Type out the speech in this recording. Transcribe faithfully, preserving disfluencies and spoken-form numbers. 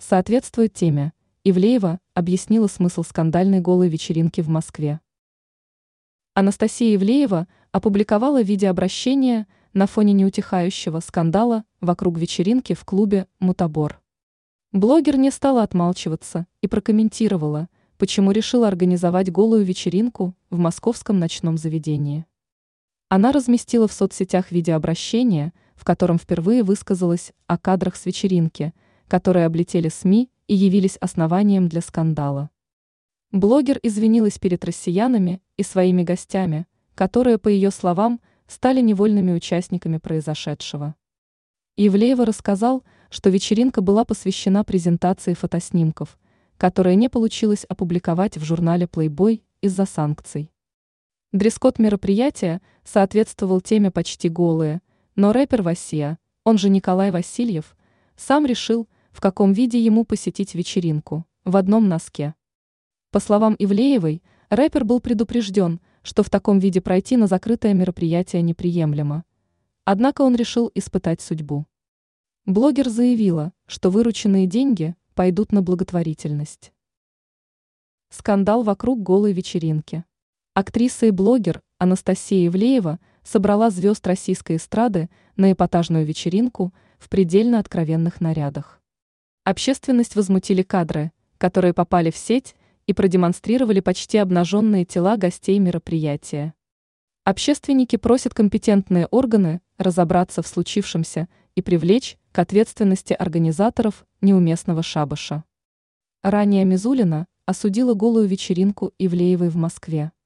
соответствует теме. Ивлеева объяснила смысл скандальной голой вечеринки в Москве. Анастасия Ивлеева опубликовала видеообращение на фоне неутихающего скандала вокруг вечеринки в клубе «Мутабор». Блогер не стала отмалчиваться и прокомментировала, почему решила организовать голую вечеринку в московском ночном заведении. Она разместила в соцсетях видеообращение, в котором впервые высказалась о кадрах с вечеринки, которые облетели СМИ и явились основанием для скандала. Блогер извинилась перед россиянами и своими гостями, которые, по ее словам, стали невольными участниками произошедшего. Ивлеева рассказал, что вечеринка была посвящена презентации фотоснимков, которые не получилось опубликовать в журнале Playboy из-за санкций. Дресс-код мероприятия соответствовал теме «Почти голые», но рэпер Васия, он же Николай Васильев, сам решил, в каком виде ему посетить вечеринку – в одном носке. По словам Ивлеевой, рэпер был предупрежден, что в таком виде пройти на закрытое мероприятие неприемлемо. Однако он решил испытать судьбу. Блогер заявила, что вырученные деньги пойдут на благотворительность. Скандал вокруг голой вечеринки. Актриса и блогер Анастасия Ивлеева собрала звезд российской эстрады на эпатажную вечеринку в предельно откровенных нарядах. Общественность возмутили кадры, которые попали в сеть и продемонстрировали почти обнаженные тела гостей мероприятия. Общественники просят компетентные органы разобраться в случившемся и привлечь к ответственности организаторов неуместного шабаша. Ранее Мизулина осудила голую вечеринку Ивлеевой в Москве.